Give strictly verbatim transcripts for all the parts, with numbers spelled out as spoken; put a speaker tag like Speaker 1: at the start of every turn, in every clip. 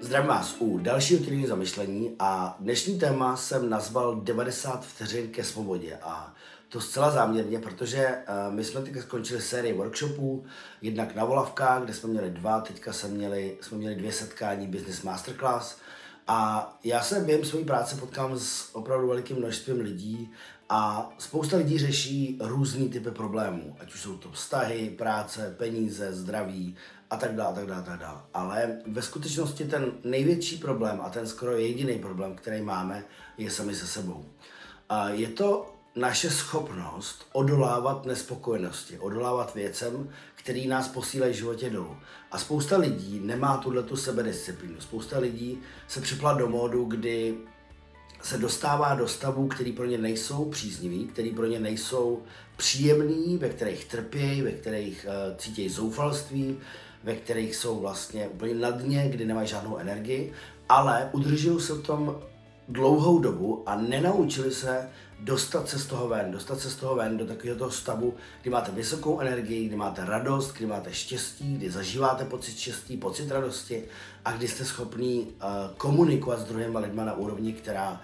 Speaker 1: Zdravím vás u dalšího týdenního zamyšlení a dnešní téma jsem nazval devadesát vteřin ke svobodě a to zcela záměrně, protože uh, my jsme teď skončili sérii workshopů, jednak na Volavkách, kde jsme měli dva, teďka jsme měli, jsme měli dvě setkání Business Masterclass a já se během své práce potkám s opravdu velikým množstvím lidí a spousta lidí řeší různý typy problémů, ať už jsou to vztahy, práce, peníze, zdraví a tak dále, a tak dále, a tak dále. Ale ve skutečnosti ten největší problém a ten skoro jediný problém, který máme, je sami se sebou. A je to naše schopnost odolávat nespokojenosti, odolávat věcem, který nás posílají v životě dolů. A spousta lidí nemá tuhletu sebedisciplínu. Spousta lidí se připla do módu, kdy se dostává do stavů, který pro ně nejsou příznivý, který pro ně nejsou příjemný, ve kterých trpějí, ve kterých uh, cítí zoufalství, ve kterých jsou vlastně úplně na dně, kdy nemají žádnou energii, ale udržují se v tom dlouhou dobu a nenaučili se dostat se z toho ven, dostat se z toho ven do takového toho stavu, kdy máte vysokou energii, kdy máte radost, kdy máte štěstí, kdy zažíváte pocit štěstí, pocit radosti a kdy jste schopní uh, komunikovat s druhými lidmi na úrovni, která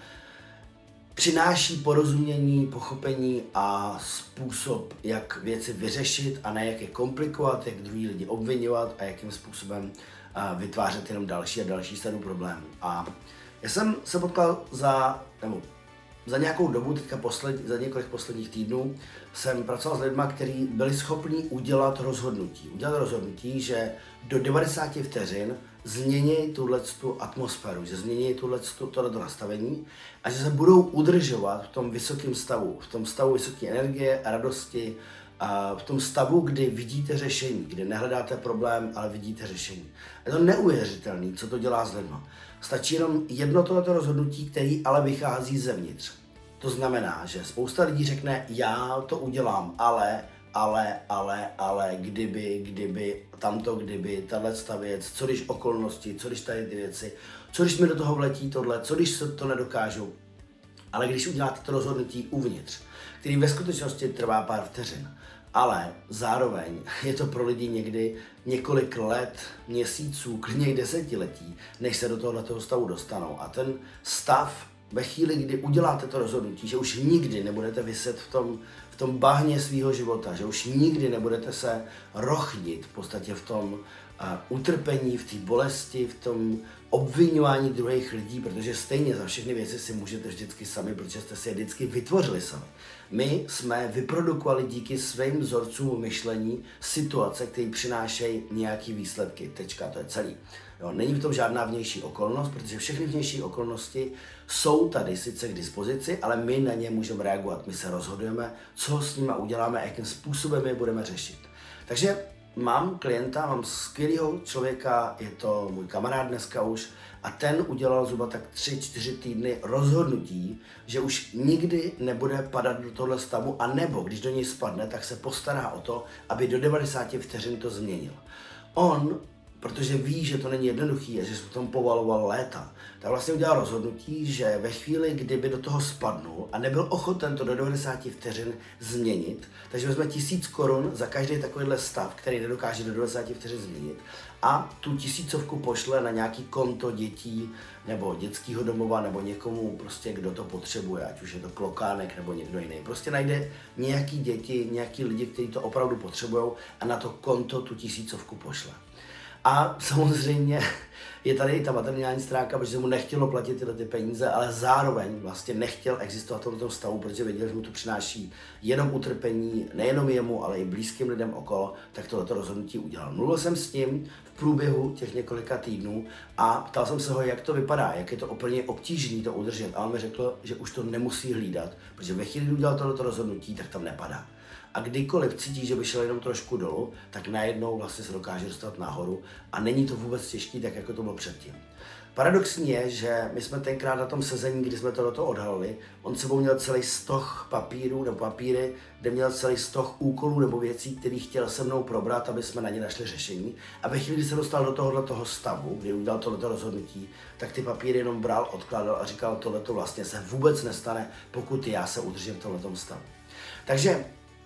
Speaker 1: přináší porozumění, pochopení a způsob, jak věci vyřešit a ne jak je komplikovat, jak druhý lidi obvinovat a jakým způsobem uh, vytvářet jenom další a další sadu problémů. A já jsem se potkal za, nebo za nějakou dobu, teďka posled, za několik posledních týdnů, jsem pracoval s lidmi, kteří byli schopni udělat rozhodnutí. Udělat rozhodnutí, že do devadesáti vteřin změní tuhletu atmosféru, že změní tohleto nastavení a že se budou udržovat v tom vysokém stavu, v tom stavu vysoké energie, radosti, a v tom stavu, kdy vidíte řešení, kdy nehledáte problém, ale vidíte řešení. Je to neuvěřitelné, co to dělá s lidma. Stačí jenom jedno tohleto rozhodnutí, který ale vychází zevnitř. To znamená, že spousta lidí řekne, já to udělám, ale, ale, ale, ale, kdyby, kdyby, tamto, kdyby, tato věc, co když okolnosti, co když tady ty věci, co když mi do toho vletí tohle, co když se to nedokážu. Ale když uděláte to rozhodnutí uvnitř, který ve skutečnosti trvá pár vteřin, ale zároveň je to pro lidi někdy několik let, měsíců, klidně i desetiletí, než se do tohoto stavu dostanou. A ten stav ve chvíli, kdy uděláte to rozhodnutí, že už nikdy nebudete viset v tom, v tom bahně svého života, že už nikdy nebudete se rochnit v podstatě v tom uh, utrpení, v té bolesti, v tom obviňování druhých lidí, protože stejně za všechny věci si můžete vždycky sami, protože jste si je vždycky vytvořili sami. My jsme vyprodukovali díky svým vzorcům myšlení situace, které přinášejí nějaké výsledky. Tečka, to je celý. Jo, není v tom žádná vnější okolnost, protože všechny vnější okolnosti jsou tady sice k dispozici, ale my na ně můžeme reagovat. My se rozhodujeme, co s nimi uděláme a jakým způsobem je budeme řešit. Takže mám klienta, mám skvělého člověka, je to můj kamarád dneska už, a ten udělal zhruba tak tři, čtyři týdny rozhodnutí, že už nikdy nebude padat do tohle stavu, a nebo když do něj spadne, tak se postará o to, aby do devadesáti vteřin to změnil. On, protože ví, že to není jednoduchý a že se v tom povaloval léta, tak vlastně udělal rozhodnutí, že ve chvíli, kdyby do toho spadnul a nebyl ochoten to do devadesáti vteřin změnit, takže vezme tisíc korun za každý takovýhle stav, který nedokáže do devadesáti vteřin změnit, a tu tisícovku pošle na nějaký konto dětí nebo dětského domova nebo někomu, prostě, kdo to potřebuje, ať už je to klokánek nebo někdo jiný. Prostě najde nějaký děti, nějaký lidi, kteří to opravdu potřebují, a na to konto tu tisícovku pošle. A samozřejmě je tady i ta materiální stránka, protože mu nechtělo platit tyhle ty peníze, ale zároveň vlastně nechtěl existovat v tom stavu, protože věděl, že mu to přináší jenom utrpení, nejenom jemu, ale i blízkým lidem okolo, tak tohleto rozhodnutí udělal. Mluvil jsem s ním v průběhu těch několika týdnů a ptal jsem se ho, jak to vypadá, jak je to úplně obtížné to udržet, a on mi řekl, že už to nemusí hlídat, protože ve chvíli, kdy udělal tohleto rozhodnutí, tak tam nepadá. A kdykoliv cítí, že by šel jenom trošku dolů, tak najednou vlastně se dokáže dostat nahoru a není to vůbec těžký, tak jako to bylo předtím. Paradoxní je, že my jsme tenkrát na tom sezení, kdy jsme tohleto odhalili, on sebou měl celý stoh papírů nebo papíry, kde měl celý stoh úkolů nebo věcí, které chtěl se mnou probrat, aby jsme na ně našli řešení. A ve chvíli, kdy se dostal do tohoto stavu, kdy udělal tohleto rozhodnutí, tak ty papíry jenom bral, odkládal a říkal, tohleto vlastně se vůbec nestane, pokud já se udržím v tomhletom stavu. Takže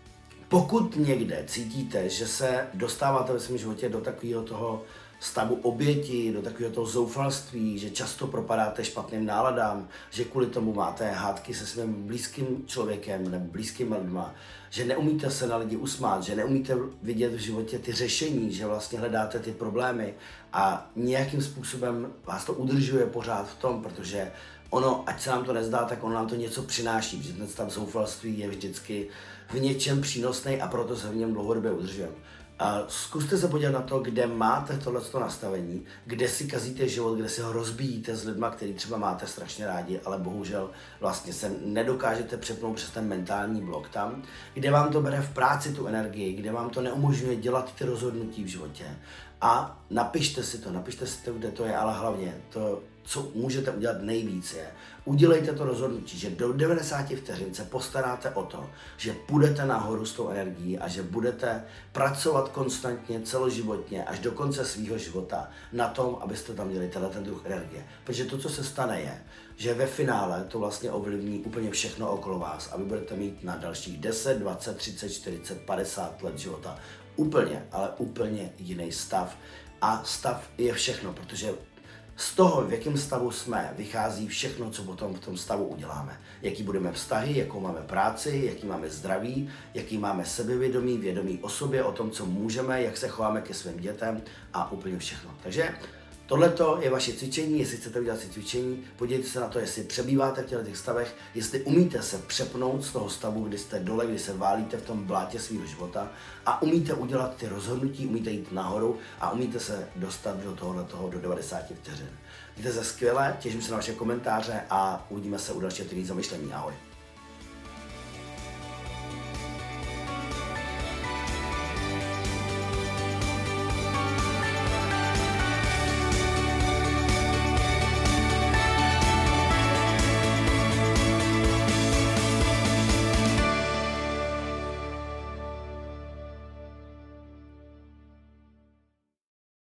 Speaker 1: Pokud někde cítíte, že se dostáváte ve svém životě do takového toho stavu oběti, do takového toho zoufalství, že často propadáte špatným náladám, že kvůli tomu máte hádky se svým blízkým člověkem nebo blízkými lidma, že neumíte se na lidi usmát, že neumíte vidět v životě ty řešení, že vlastně hledáte ty problémy a nějakým způsobem vás to udržuje pořád v tom, protože ono, ať se nám to nezdá, tak ono nám to něco přináší, protože ten stav zoufalství je vždycky v něčem přínosný a proto se v něm dlouhodobě udržujeme. A zkuste se podívat na to, kde máte tohleto nastavení, kde si kazíte život, kde si ho rozbíjíte s lidma, který třeba máte strašně rádi, ale bohužel vlastně se nedokážete přepnout přes ten mentální blok tam, kde vám to bere v práci tu energii, kde vám to neumožňuje dělat ty rozhodnutí v životě. A napište si to, napište si to, kde to je, ale hlavně to, co můžete udělat nejvíc je, udělejte to rozhodnutí, že do devadesáti vteřin se postaráte o to, že půjdete nahoru s tou energií a že budete pracovat konstantně, celoživotně, až do konce svého života na tom, abyste tam měli tenhle ten druh energie. Protože to, co se stane, je, že ve finále to vlastně ovlivní úplně všechno okolo vás a vy budete mít na dalších deset, dvacet, třicet, čtyřicet, padesát let života úplně, ale úplně jiný stav. A stav je všechno, protože z toho, v jakém stavu jsme, vychází všechno, co potom v tom stavu uděláme. Jaký budeme vztahy, jakou máme práci, jaký máme zdraví, jaký máme sebevědomí, vědomí o sobě, o tom, co můžeme, jak se chováme ke svým dětem a úplně všechno. Takže tohleto je vaše cvičení, jestli chcete udělat si cvičení, podívejte se na to, jestli přebýváte v těchto stavech, jestli umíte se přepnout z toho stavu, kdy jste dole, kdy se válíte v tom blátě svého života a umíte udělat ty rozhodnutí, umíte jít nahoru a umíte se dostat do tohoto do devadesáti vteřin. Mějte se skvěle, těším se na vaše komentáře a uvidíme se u dalšího týdne zamyšlení. Ahoj.